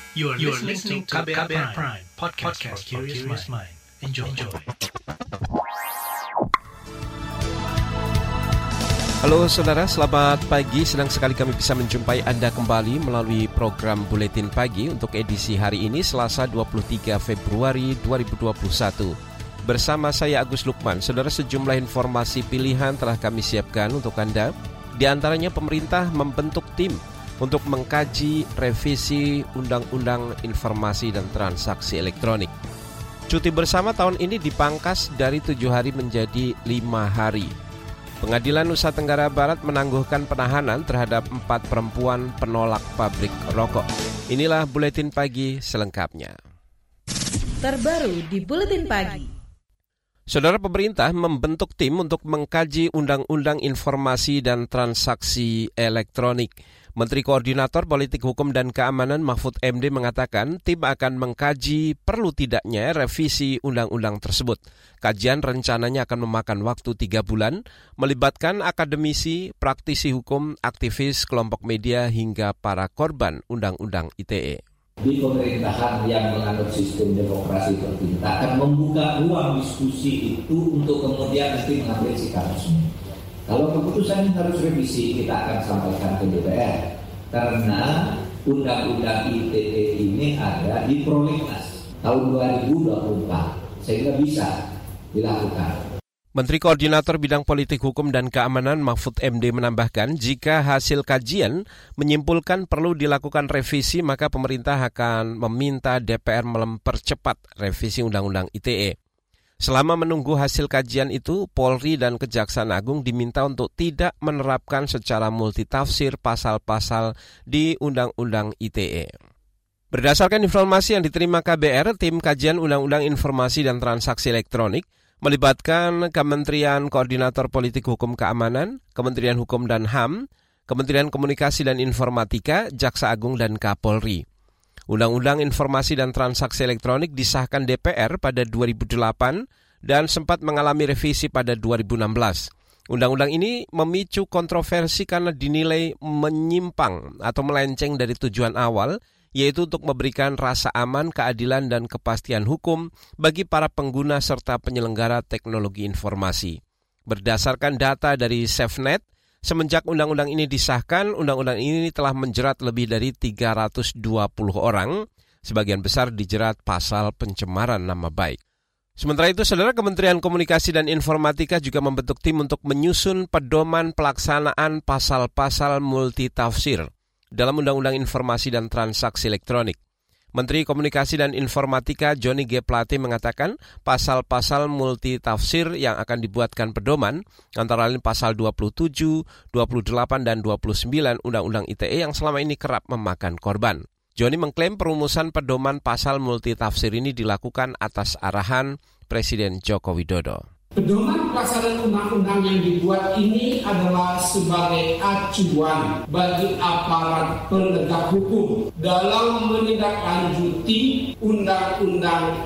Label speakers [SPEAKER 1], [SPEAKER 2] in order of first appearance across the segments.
[SPEAKER 1] You are listening to KBR Prime, podcast for curious mind. Enjoy.
[SPEAKER 2] Halo saudara, selamat pagi. Senang sekali kami bisa menjumpai Anda kembali melalui program Buletin Pagi untuk edisi hari ini, Selasa 23 Februari 2021. Bersama saya Agus Lukman, saudara, sejumlah informasi pilihan telah kami siapkan untuk Anda. Di antaranya pemerintah membentuk tim untuk mengkaji revisi Undang-Undang Informasi dan Transaksi Elektronik. Cuti bersama tahun ini dipangkas dari 7 hari menjadi 5 hari. Pengadilan Nusa Tenggara Barat menangguhkan penahanan terhadap 4 perempuan penolak pabrik rokok. Inilah Buletin Pagi selengkapnya.
[SPEAKER 3] Terbaru di Buletin Pagi.
[SPEAKER 2] Saudara, pemerintah membentuk tim untuk mengkaji Undang-Undang Informasi dan Transaksi Elektronik. Menteri Koordinator Politik Hukum dan Keamanan Mahfud MD mengatakan tim akan mengkaji perlu tidaknya revisi undang-undang tersebut. Kajian rencananya akan memakan waktu 3 bulan, melibatkan akademisi, praktisi hukum, aktivis, kelompok media, hingga para korban Undang-Undang ITE.
[SPEAKER 4] Di pemerintahan yang menganut sistem demokrasi terbuka akan membuka ruang diskusi itu untuk kemudian nanti mengambil sikap resmi. Kalau keputusan harus revisi, kita akan sampaikan ke DPR. Karena Undang-Undang ITE ini ada di prolegnas tahun 2024, sehingga bisa dilakukan.
[SPEAKER 2] Menteri Koordinator Bidang Politik Hukum dan Keamanan Mahfud MD menambahkan, jika hasil kajian menyimpulkan perlu dilakukan revisi, maka pemerintah akan meminta DPR mempercepat revisi Undang-Undang ITE. Selama menunggu hasil kajian itu, Polri dan Kejaksaan Agung diminta untuk tidak menerapkan secara multitafsir pasal-pasal di Undang-Undang ITE. Berdasarkan informasi yang diterima KBR, tim kajian Undang-Undang Informasi dan Transaksi Elektronik melibatkan Kementerian Koordinator Politik Hukum Keamanan, Kementerian Hukum dan HAM, Kementerian Komunikasi dan Informatika, Jaksa Agung, dan Kapolri. Undang-Undang Informasi dan Transaksi Elektronik disahkan DPR pada 2008 dan sempat mengalami revisi pada 2016. Undang-undang ini memicu kontroversi karena dinilai menyimpang atau melenceng dari tujuan awal, yaitu untuk memberikan rasa aman, keadilan, dan kepastian hukum bagi para pengguna serta penyelenggara teknologi informasi. Berdasarkan data dari SafeNet, semenjak undang-undang ini disahkan, undang-undang ini telah menjerat lebih dari 320 orang, sebagian besar dijerat pasal pencemaran nama baik. Sementara itu, saudara, Kementerian Komunikasi dan Informatika juga membentuk tim untuk menyusun pedoman pelaksanaan pasal-pasal multitafsir dalam Undang-Undang Informasi dan Transaksi Elektronik. Menteri Komunikasi dan Informatika Johnny G. Plate mengatakan pasal-pasal multitafsir yang akan dibuatkan pedoman antara lain pasal 27, 28, dan 29 Undang-Undang ITE yang selama ini kerap memakan korban. Johnny mengklaim perumusan pedoman pasal multitafsir ini dilakukan atas arahan Presiden Joko Widodo.
[SPEAKER 5] Pedoman pelaksanaan undang-undang yang dibuat ini adalah sebagai acuan bagi aparat penegak hukum dalam menindaklanjuti undang-undang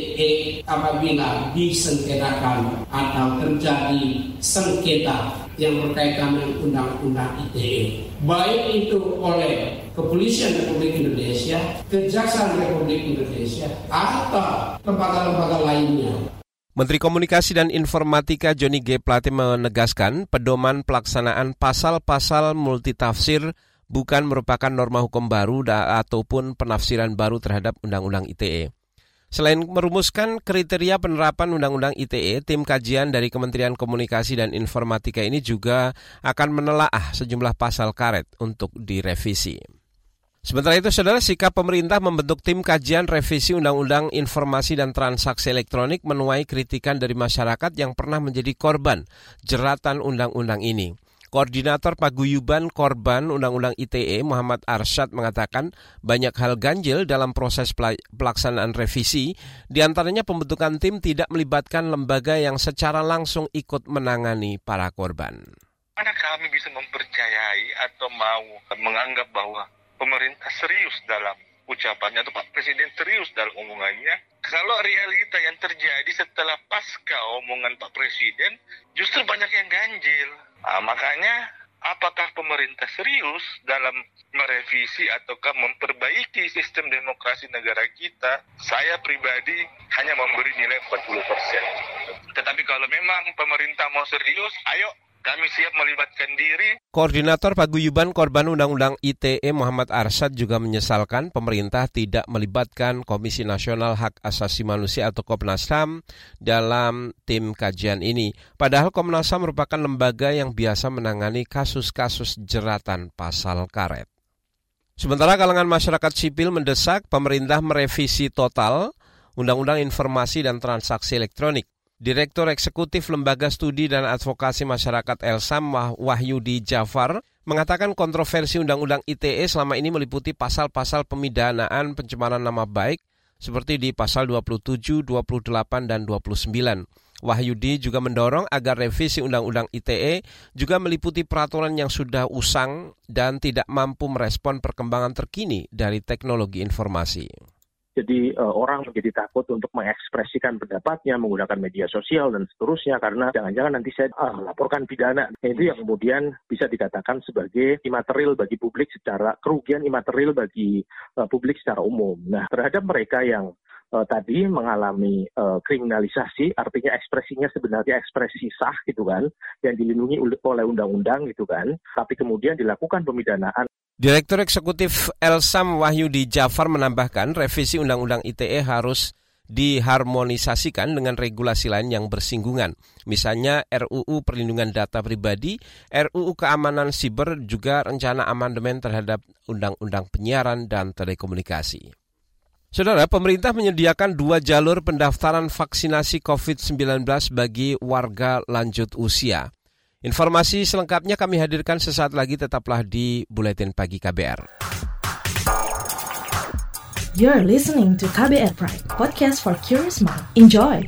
[SPEAKER 5] ITE apabila disengketakan atau terjadi sengketa yang berkaitan dengan undang-undang ITE. Baik itu oleh Kepolisian Republik Indonesia, Kejaksaan Republik Indonesia, atau lembaga-lembaga lainnya.
[SPEAKER 2] Menteri Komunikasi dan Informatika Johnny G. Plate menegaskan pedoman pelaksanaan pasal-pasal multitafsir bukan merupakan norma hukum baru ataupun penafsiran baru terhadap Undang-Undang ITE. Selain merumuskan kriteria penerapan Undang-Undang ITE, tim kajian dari Kementerian Komunikasi dan Informatika ini juga akan menelaah sejumlah pasal karet untuk direvisi. Sementara itu, saudara, sikap pemerintah membentuk tim kajian revisi Undang-Undang Informasi dan Transaksi Elektronik menuai kritikan dari masyarakat yang pernah menjadi korban jeratan undang-undang ini. Koordinator Paguyuban Korban Undang-Undang ITE Muhammad Arsyad mengatakan banyak hal ganjil dalam proses pelaksanaan revisi, diantaranya pembentukan tim tidak melibatkan lembaga yang secara langsung ikut menangani para korban.
[SPEAKER 6] Mana kami bisa mempercayai atau mau menganggap bahwa pemerintah serius dalam ucapannya atau Pak Presiden serius dalam omongannya, kalau realita yang terjadi setelah pasca omongan Pak Presiden justru banyak yang ganjil. Makanya apakah pemerintah serius dalam merevisi ataukah memperbaiki sistem demokrasi negara kita? Saya pribadi hanya memberi nilai 40%. Tetapi kalau memang pemerintah mau serius, ayo kami siap melibatkan diri.
[SPEAKER 2] Koordinator Paguyuban Korban Undang-Undang ITE Muhammad Arsyad juga menyesalkan pemerintah tidak melibatkan Komisi Nasional Hak Asasi Manusia atau Komnas HAM dalam tim kajian ini. Padahal Komnas HAM merupakan lembaga yang biasa menangani kasus-kasus jeratan pasal karet. Sementara kalangan masyarakat sipil mendesak pemerintah merevisi total Undang-Undang Informasi dan Transaksi Elektronik. Direktur Eksekutif Lembaga Studi dan Advokasi Masyarakat Elsam Wahyudi Jafar mengatakan kontroversi Undang-Undang ITE selama ini meliputi pasal-pasal pemidanaan pencemaran nama baik seperti di pasal 27, 28, dan 29. Wahyudi juga mendorong agar revisi Undang-Undang ITE juga meliputi peraturan yang sudah usang dan tidak mampu merespon perkembangan terkini dari teknologi informasi.
[SPEAKER 7] Jadi orang menjadi takut untuk mengekspresikan pendapatnya menggunakan media sosial dan seterusnya karena jangan-jangan nanti saya laporkan pidana. Itu yang kemudian bisa dikatakan sebagai imaterial bagi publik secara kerugian imaterial bagi publik secara umum. Nah, terhadap mereka yang tadi mengalami kriminalisasi, artinya ekspresinya sebenarnya ekspresi sah gitu kan, yang dilindungi oleh undang-undang gitu kan, tapi kemudian dilakukan pemidanaan.
[SPEAKER 2] Direktur Eksekutif Elsam Wahyudi Jafar menambahkan revisi Undang-Undang ITE harus diharmonisasikan dengan regulasi lain yang bersinggungan. Misalnya RUU Perlindungan Data Pribadi, RUU Keamanan Siber, juga rencana amandemen terhadap Undang-Undang Penyiaran dan Telekomunikasi. Saudara, pemerintah menyediakan 2 jalur pendaftaran vaksinasi COVID-19 bagi warga lanjut usia. Informasi selengkapnya kami hadirkan sesaat lagi, tetaplah di Buletin Pagi KBR.
[SPEAKER 3] You're listening to KBR Pride, podcast for curious mind. Enjoy!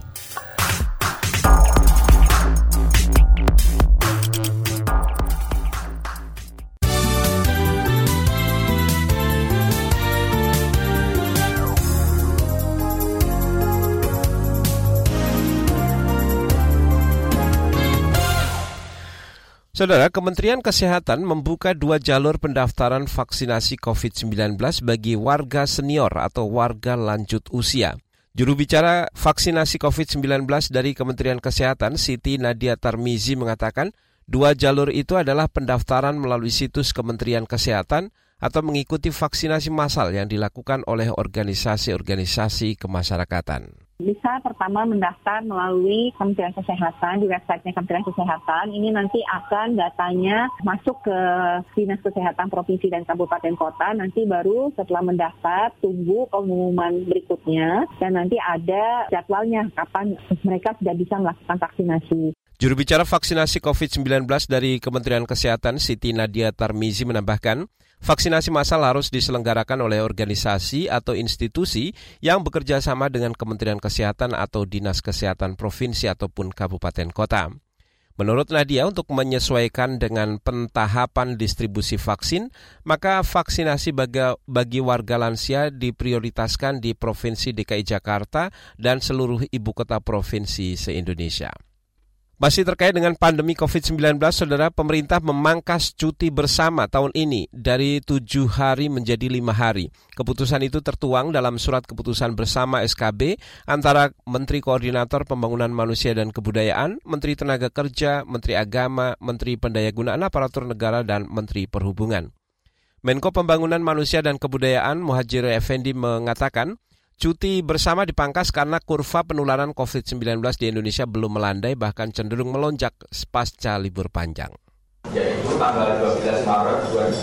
[SPEAKER 2] Saudara, Kementerian Kesehatan membuka 2 jalur pendaftaran vaksinasi COVID-19 bagi warga senior atau warga lanjut usia. Juru bicara vaksinasi COVID-19 dari Kementerian Kesehatan, Siti Nadia Tarmizi, mengatakan 2 jalur itu adalah pendaftaran melalui situs Kementerian Kesehatan atau mengikuti vaksinasi massal yang dilakukan oleh organisasi-organisasi kemasyarakatan.
[SPEAKER 8] Bisa pertama mendaftar melalui Kementerian Kesehatan, di websitenya Kementerian Kesehatan. Ini nanti akan datanya masuk ke Dinas Kesehatan Provinsi dan Kabupaten Kota. Nanti baru setelah mendaftar, tunggu pengumuman berikutnya. Dan nanti ada jadwalnya kapan mereka sudah bisa melakukan vaksinasi.
[SPEAKER 2] Juru bicara vaksinasi COVID-19 dari Kementerian Kesehatan, Siti Nadia Tarmizi, menambahkan, vaksinasi massal harus diselenggarakan oleh organisasi atau institusi yang bekerja sama dengan Kementerian Kesehatan atau Dinas Kesehatan Provinsi ataupun Kabupaten Kota. Menurut Nadia, untuk menyesuaikan dengan pentahapan distribusi vaksin, maka vaksinasi bagi warga lansia diprioritaskan di Provinsi DKI Jakarta dan seluruh ibu kota provinsi se-Indonesia. Masih terkait dengan pandemi COVID-19, saudara, pemerintah memangkas cuti bersama tahun ini dari 7 hari menjadi 5 hari. Keputusan itu tertuang dalam surat keputusan bersama SKB antara Menteri Koordinator Pembangunan Manusia dan Kebudayaan, Menteri Tenaga Kerja, Menteri Agama, Menteri Pendayagunaan Aparatur Negara, dan Menteri Perhubungan. Menko Pembangunan Manusia dan Kebudayaan Muhadjir Effendi mengatakan, cuti bersama dipangkas karena kurva penularan COVID-19 di Indonesia belum melandai, bahkan cenderung melonjak pasca libur panjang.
[SPEAKER 9] Yaitu tanggal 12 Maret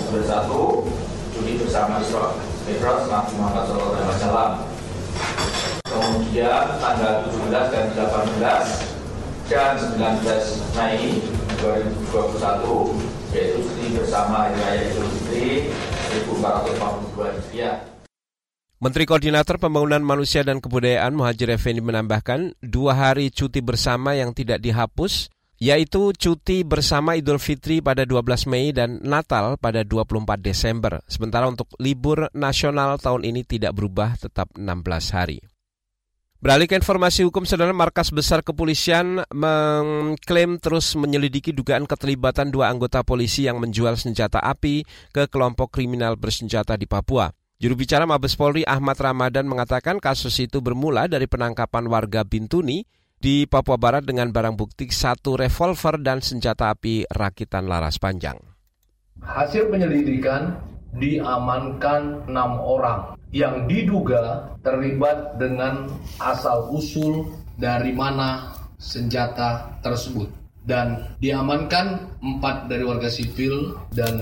[SPEAKER 9] 2021, cuti bersama Isra Mi'raj Nabi Muhammad SAW. Kemudian tanggal 17 dan 18 dan 19 Mei 2021, yaitu cuti bersama Hari Raya Idul Fitri 1442 Hijriah.
[SPEAKER 2] Menteri Koordinator Pembangunan Manusia dan Kebudayaan Muhadjir Effendi menambahkan 2 hari cuti bersama yang tidak dihapus, yaitu cuti bersama Idul Fitri pada 12 Mei dan Natal pada 24 Desember. Sementara untuk libur nasional tahun ini tidak berubah, tetap 16 hari. Beralih ke informasi hukum, Saudara, Markas Besar Kepolisian mengklaim terus menyelidiki dugaan keterlibatan 2 anggota polisi yang menjual senjata api ke kelompok kriminal bersenjata di Papua. Juru bicara Mabes Polri Ahmad Ramadan mengatakan kasus itu bermula dari penangkapan warga Bintuni di Papua Barat dengan barang bukti 1 revolver dan senjata api rakitan laras panjang.
[SPEAKER 10] Hasil penyelidikan diamankan 6 orang yang diduga terlibat dengan asal-usul dari mana senjata tersebut. Dan diamankan 4 dari warga sipil dan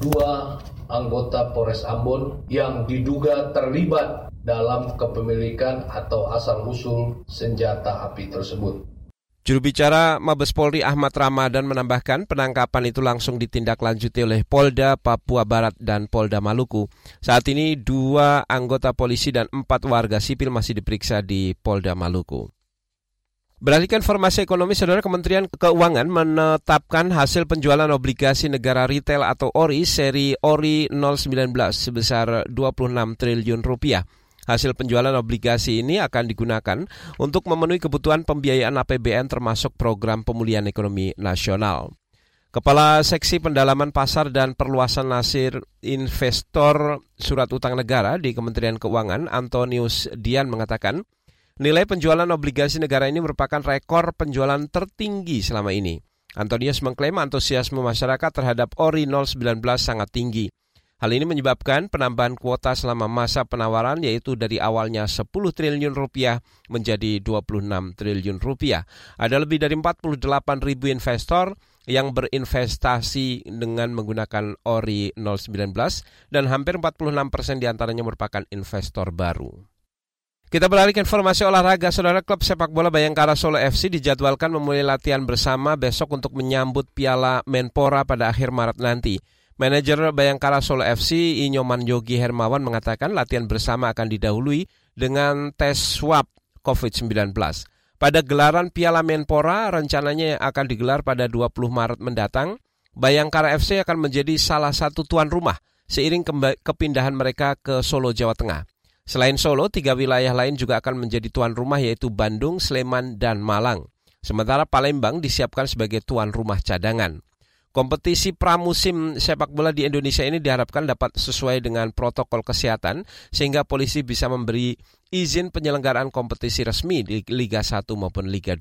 [SPEAKER 10] 2 anggota Polres Ambon yang diduga terlibat dalam kepemilikan atau asal-usul senjata api tersebut.
[SPEAKER 2] Juru bicara Mabes Polri Ahmad Ramadan menambahkan penangkapan itu langsung ditindaklanjuti oleh Polda Papua Barat dan Polda Maluku. Saat ini 2 anggota polisi dan 4 warga sipil masih diperiksa di Polda Maluku. Beralih ke informasi ekonomi, Saudara, Kementerian Keuangan menetapkan hasil penjualan obligasi negara retail atau ORI seri ORI 019 sebesar 26 triliun rupiah. Hasil penjualan obligasi ini akan digunakan untuk memenuhi kebutuhan pembiayaan APBN termasuk program pemulihan ekonomi nasional. Kepala Seksi Pendalaman Pasar dan Perluasan Nasir Investor Surat Utang Negara di Kementerian Keuangan, Antonius Dian, mengatakan nilai penjualan obligasi negara ini merupakan rekor penjualan tertinggi selama ini. Antonius mengklaim antusiasme masyarakat terhadap ORI 019 sangat tinggi. Hal ini menyebabkan penambahan kuota selama masa penawaran, yaitu dari awalnya 10 triliun rupiah menjadi 26 triliun rupiah. Ada lebih dari 48 ribu investor yang berinvestasi dengan menggunakan ORI 019 dan hampir 46% diantaranya merupakan investor baru. Kita beralih ke informasi olahraga, Saudara. Klub sepak bola Bayangkara Solo FC dijadwalkan memulai latihan bersama besok untuk menyambut Piala Menpora pada akhir Maret nanti. Manajer Bayangkara Solo FC Inyoman Yogi Hermawan mengatakan latihan bersama akan didahului dengan tes swab COVID-19. Pada gelaran Piala Menpora rencananya yang akan digelar pada 20 Maret mendatang, Bayangkara FC akan menjadi salah satu tuan rumah seiring kepindahan mereka ke Solo, Jawa Tengah. Selain Solo, 3 wilayah lain juga akan menjadi tuan rumah, yaitu Bandung, Sleman, dan Malang. Sementara Palembang disiapkan sebagai tuan rumah cadangan. Kompetisi pramusim sepak bola di Indonesia ini diharapkan dapat sesuai dengan protokol kesehatan sehingga polisi bisa memberi izin penyelenggaraan kompetisi resmi di Liga 1 maupun Liga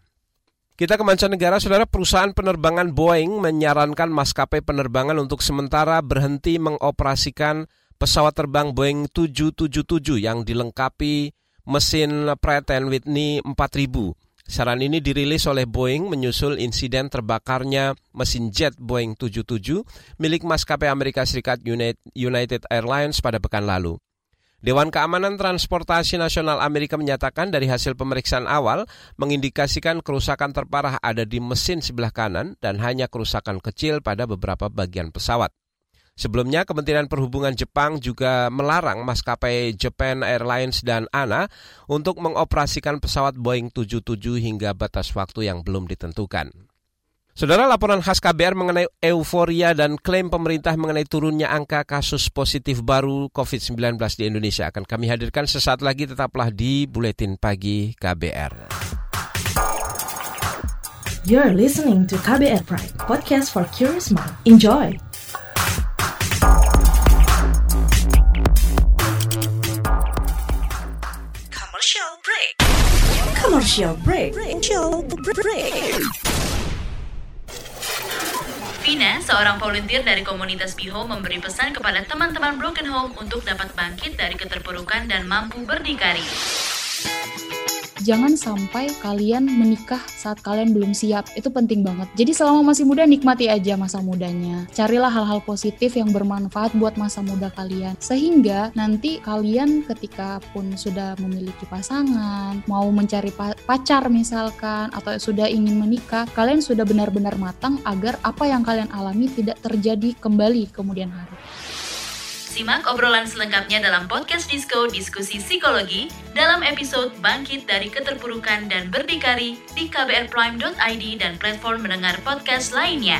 [SPEAKER 2] 2. Kita ke mancanegara, Saudara. Perusahaan penerbangan Boeing menyarankan maskapai penerbangan untuk sementara berhenti mengoperasikan pesawat terbang Boeing 777 yang dilengkapi mesin Pratt & Whitney 4000. Saran ini dirilis oleh Boeing menyusul insiden terbakarnya mesin jet Boeing 77 milik maskapai Amerika Serikat United Airlines pada pekan lalu. Dewan Keamanan Transportasi Nasional Amerika menyatakan dari hasil pemeriksaan awal mengindikasikan kerusakan terparah ada di mesin sebelah kanan dan hanya kerusakan kecil pada beberapa bagian pesawat. Sebelumnya, Kementerian Perhubungan Jepang juga melarang maskapai Japan Airlines dan ANA untuk mengoperasikan pesawat Boeing 77 hingga batas waktu yang belum ditentukan. Saudara, laporan khas KBR mengenai euforia dan klaim pemerintah mengenai turunnya angka kasus positif baru COVID-19 di Indonesia akan kami hadirkan sesaat lagi, tetaplah di Buletin Pagi KBR.
[SPEAKER 3] You're listening to KBR Pride, podcast for curious mind. Enjoy! Commercial break.
[SPEAKER 11] Vina, seorang volunteer dari komunitas BeHome, memberi pesan kepada teman-teman Broken Home untuk dapat bangkit dari keterpurukan dan mampu berdikari.
[SPEAKER 12] Jangan sampai kalian menikah saat kalian belum siap. Itu penting banget. Jadi selama masih muda, nikmati aja masa mudanya. Carilah hal-hal positif yang bermanfaat buat masa muda kalian. Sehingga nanti kalian ketika pun sudah memiliki pasangan, mau mencari pacar misalkan, atau sudah ingin menikah, kalian sudah benar-benar matang agar apa yang kalian alami tidak terjadi kembali kemudian hari.
[SPEAKER 11] Simak obrolan selengkapnya dalam podcast Disko Diskusi Psikologi dalam episode Bangkit dari Keterpurukan dan Berdikari di kbrprime.id dan platform mendengar podcast lainnya.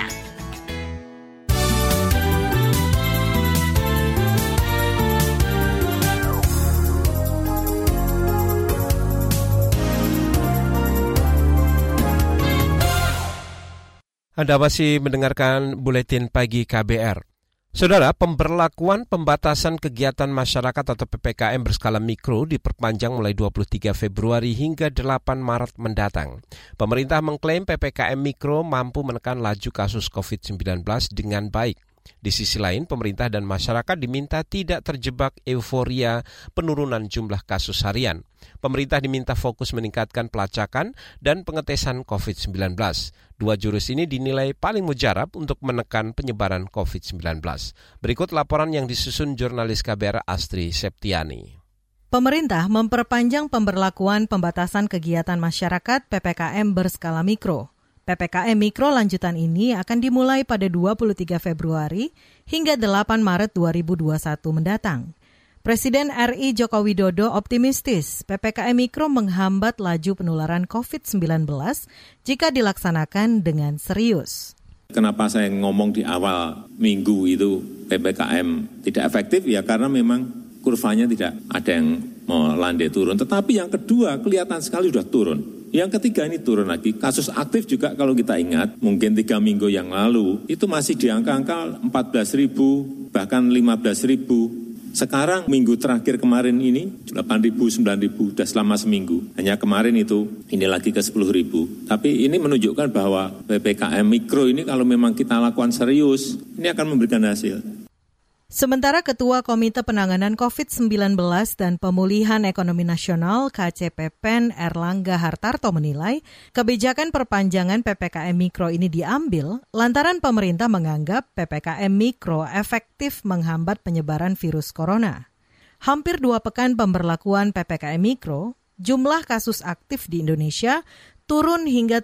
[SPEAKER 2] Anda masih mendengarkan Buletin Pagi KBR. Saudara, pemberlakuan pembatasan kegiatan masyarakat atau PPKM berskala mikro diperpanjang mulai 23 Februari hingga 8 Maret mendatang. Pemerintah mengklaim PPKM mikro mampu menekan laju kasus COVID-19 dengan baik. Di sisi lain, pemerintah dan masyarakat diminta tidak terjebak euforia penurunan jumlah kasus harian. Pemerintah diminta fokus meningkatkan pelacakan dan pengetesan COVID-19. Dua jurus ini dinilai paling mujarab untuk menekan penyebaran COVID-19. Berikut laporan yang disusun jurnalis KBR Astri Septiani.
[SPEAKER 13] Pemerintah memperpanjang pemberlakuan pembatasan kegiatan masyarakat PPKM berskala mikro. PPKM Mikro lanjutan ini akan dimulai pada 23 Februari hingga 8 Maret 2021 mendatang. Presiden RI Joko Widodo optimistis PPKM Mikro menghambat laju penularan COVID-19 jika dilaksanakan dengan serius.
[SPEAKER 14] Kenapa saya ngomong di awal minggu itu PPKM tidak efektif? Ya karena memang kurvanya tidak ada yang melandai turun. Tetapi yang kedua kelihatan sekali sudah turun. Yang ketiga ini turun lagi, kasus aktif juga kalau kita ingat, mungkin 3 minggu yang lalu, itu masih di angka-angka 14.000, bahkan 15.000. Sekarang minggu terakhir kemarin ini, 8.000, 9.000, sudah selama seminggu. Hanya kemarin itu, ini lagi ke 10.000. Tapi ini menunjukkan bahwa PPKM Mikro ini kalau memang kita lakukan serius, ini akan memberikan hasil.
[SPEAKER 13] Sementara Ketua Komite Penanganan COVID-19 dan Pemulihan Ekonomi Nasional KCPPEN Erlangga Hartarto menilai kebijakan perpanjangan PPKM Mikro ini diambil lantaran pemerintah menganggap PPKM Mikro efektif menghambat penyebaran virus corona. Hampir 2 pekan pemberlakuan PPKM Mikro, jumlah kasus aktif di Indonesia turun hingga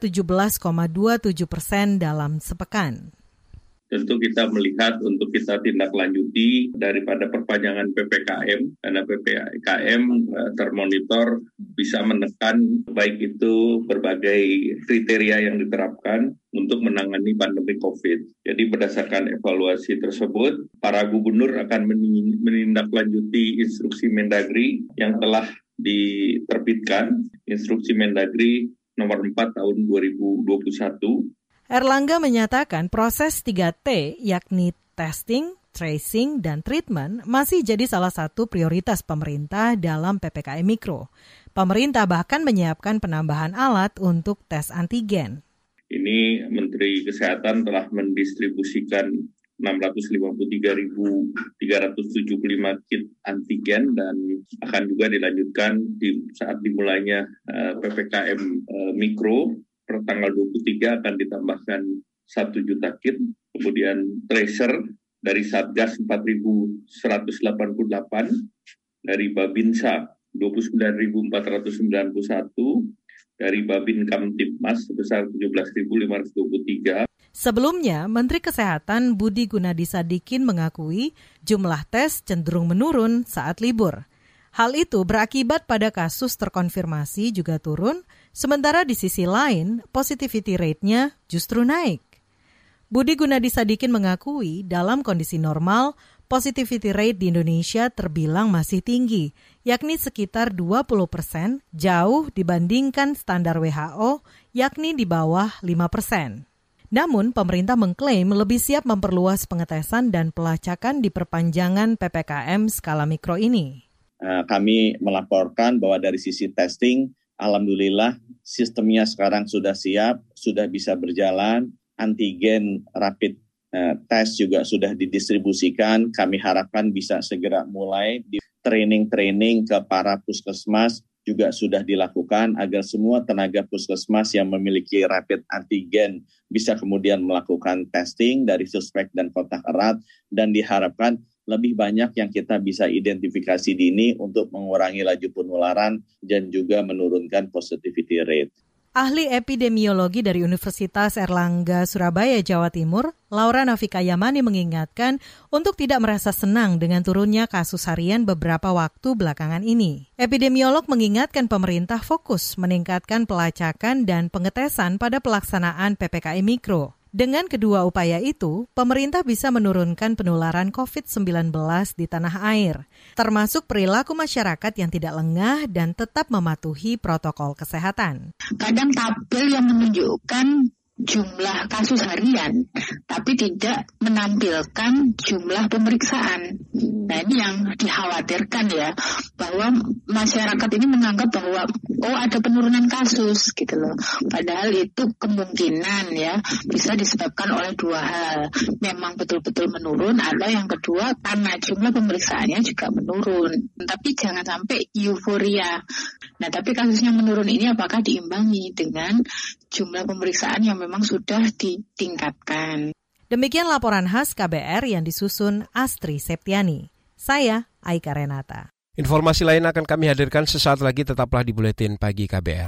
[SPEAKER 13] 17,27% dalam sepekan.
[SPEAKER 15] Tentu kita melihat untuk kita tindak lanjuti daripada perpanjangan PPKM, karena PPKM termonitor bisa menekan baik itu berbagai kriteria yang diterapkan untuk menangani pandemi COVID. Jadi berdasarkan evaluasi tersebut, para gubernur akan menindaklanjuti instruksi Mendagri yang telah diterbitkan, instruksi Mendagri nomor 4 tahun 2021.
[SPEAKER 13] Erlangga menyatakan proses 3T, yakni testing, tracing, dan treatment masih jadi salah satu prioritas pemerintah dalam PPKM Mikro. Pemerintah bahkan menyiapkan penambahan alat untuk tes antigen.
[SPEAKER 15] Ini Menteri Kesehatan telah mendistribusikan 653.375 kit antigen dan akan juga dilanjutkan di saat dimulainya PPKM Mikro. Per tanggal 23 akan ditambahkan 1 juta kit, kemudian tracer dari Satgas 4.188, dari Babinsa 29.491, dari Babin Kamtibmas sebesar 17.523.
[SPEAKER 13] Sebelumnya, Menteri Kesehatan Budi Gunadi Sadikin mengakui jumlah tes cenderung menurun saat libur. Hal itu berakibat pada kasus terkonfirmasi juga turun, sementara di sisi lain positivity rate-nya justru naik. Budi Gunadi Sadikin mengakui dalam kondisi normal, positivity rate di Indonesia terbilang masih tinggi, yakni sekitar 20%, jauh dibandingkan standar WHO, yakni di bawah 5%. Namun, pemerintah mengklaim lebih siap memperluas pengetesan dan pelacakan di perpanjangan PPKM skala mikro ini.
[SPEAKER 16] Kami melaporkan bahwa dari sisi testing, alhamdulillah sistemnya sekarang sudah siap, sudah bisa berjalan, antigen rapid test juga sudah didistribusikan. Kami harapkan bisa segera mulai di training ke para puskesmas juga sudah dilakukan agar semua tenaga puskesmas yang memiliki rapid antigen bisa kemudian melakukan testing dari suspek dan kontak erat dan diharapkan lebih banyak yang kita bisa identifikasi dini untuk mengurangi laju penularan dan juga menurunkan positivity rate.
[SPEAKER 13] Ahli epidemiologi dari Universitas Erlangga Surabaya, Jawa Timur, Laura Nafika Yamani mengingatkan untuk tidak merasa senang dengan turunnya kasus harian beberapa waktu belakangan ini. Epidemiolog mengingatkan pemerintah fokus meningkatkan pelacakan dan pengetesan pada pelaksanaan PPKM Mikro. Dengan kedua upaya itu, pemerintah bisa menurunkan penularan COVID-19 di tanah air, termasuk perilaku masyarakat yang tidak lengah dan tetap mematuhi protokol kesehatan.
[SPEAKER 17] Kadang tabel yang menunjukkan jumlah kasus harian, tapi tidak menampilkan jumlah pemeriksaan. Nah, ini yang dikhawatirkan ya, bahwa masyarakat ini menganggap bahwa ada penurunan kasus gitu loh. Padahal itu kemungkinan ya bisa disebabkan oleh dua hal. Memang betul-betul menurun, atau yang kedua karena jumlah pemeriksaannya juga menurun. Tapi jangan sampai euforia. Nah, tapi kasusnya menurun ini apakah diimbangi dengan jumlah pemeriksaan yang memang sudah ditingkatkan.
[SPEAKER 13] Demikian laporan khas KBR yang disusun Astri Septiani. Saya Aika Renata.
[SPEAKER 2] Informasi lain akan kami hadirkan sesaat lagi, tetaplah di Buletin Pagi KBR.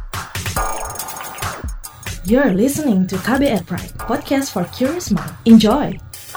[SPEAKER 3] You're listening to KBR Prime, podcast for curious mind. Enjoy!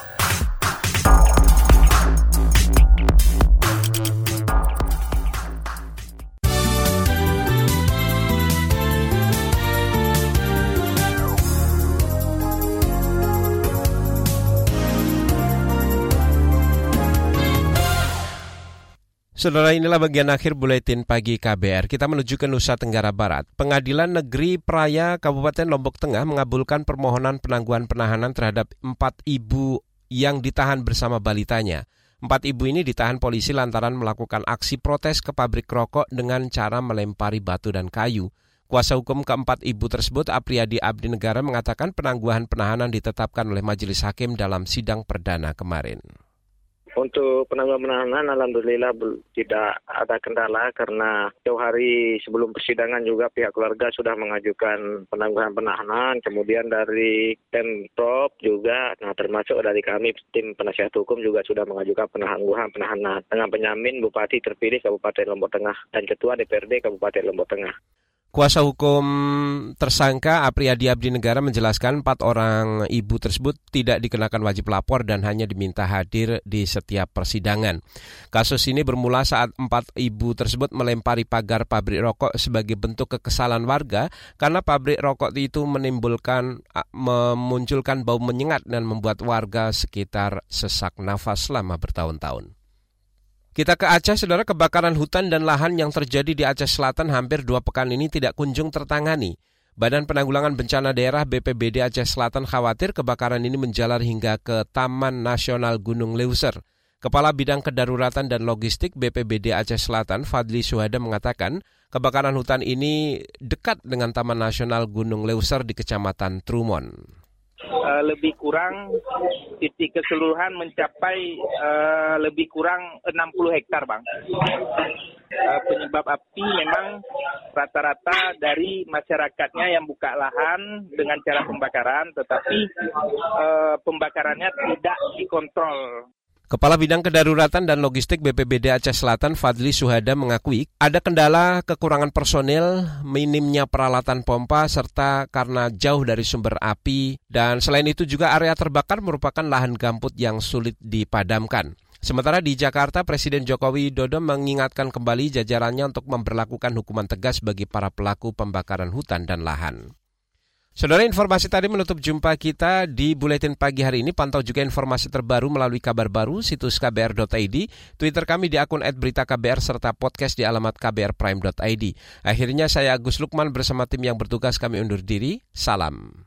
[SPEAKER 2] Saudara, inilah bagian akhir Buletin Pagi KBR. Kita menuju ke Nusa Tenggara Barat. Pengadilan Negeri Praia Kabupaten Lombok Tengah mengabulkan permohonan penangguhan penahanan terhadap 4 ibu yang ditahan bersama balitanya. 4 ibu ini ditahan polisi lantaran melakukan aksi protes ke pabrik rokok dengan cara melempari batu dan kayu. Kuasa hukum keempat ibu tersebut, Apriyadi Abdi Negara, mengatakan penangguhan penahanan ditetapkan oleh Majelis Hakim dalam sidang perdana kemarin.
[SPEAKER 7] Untuk penangguhan penahanan, alhamdulillah tidak ada kendala karena jauh hari sebelum persidangan juga pihak keluarga sudah mengajukan penangguhan penahanan. Kemudian dari Pemprov juga, termasuk dari kami tim penasihat hukum juga sudah mengajukan penangguhan penahanan dengan penjamin Bupati terpilih Kabupaten Lombok Tengah dan Ketua DPRD Kabupaten Lombok Tengah.
[SPEAKER 2] Kuasa hukum tersangka Apriyadi Abdi Negara menjelaskan 4 orang ibu tersebut tidak dikenakan wajib lapor dan hanya diminta hadir di setiap persidangan. Kasus ini bermula saat 4 ibu tersebut melempari pagar pabrik rokok sebagai bentuk kekesalan warga karena pabrik rokok itu memunculkan bau menyengat dan membuat warga sekitar sesak nafas selama bertahun-tahun. Kita ke Aceh, saudara. Kebakaran hutan dan lahan yang terjadi di Aceh Selatan hampir 2 pekan ini tidak kunjung tertangani. Badan Penanggulangan Bencana Daerah BPBD Aceh Selatan khawatir kebakaran ini menjalar hingga ke Taman Nasional Gunung Leuser. Kepala Bidang Kedaruratan dan Logistik BPBD Aceh Selatan, Fadli Suhada, mengatakan kebakaran hutan ini dekat dengan Taman Nasional Gunung Leuser di Kecamatan Trumon.
[SPEAKER 18] Lebih kurang titik keseluruhan mencapai lebih kurang 60 hektar, Bang. Penyebab api memang rata-rata dari masyarakatnya yang buka lahan dengan cara pembakaran, tetapi pembakarannya tidak dikontrol.
[SPEAKER 2] Kepala Bidang Kedaruratan dan Logistik BPBD Aceh Selatan, Fadli Suhada, mengakui ada kendala kekurangan personil, minimnya peralatan pompa, serta karena jauh dari sumber api. Dan selain itu juga area terbakar merupakan lahan gambut yang sulit dipadamkan. Sementara di Jakarta, Presiden Joko Widodo mengingatkan kembali jajarannya untuk memberlakukan hukuman tegas bagi para pelaku pembakaran hutan dan lahan. Saudara, informasi tadi menutup jumpa kita di Buletin Pagi hari ini. Pantau juga informasi terbaru melalui kabar baru, situs kbr.id, Twitter kami di akun @beritaKBR, serta podcast di alamat kbrprime.id. Akhirnya saya Agus Lukman bersama tim yang bertugas kami undur diri. Salam.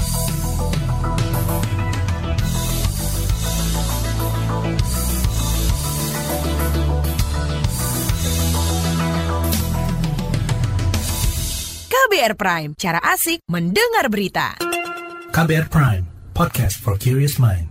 [SPEAKER 19] KBR Prime, cara asik mendengar berita.
[SPEAKER 1] KBR Prime, podcast for curious mind.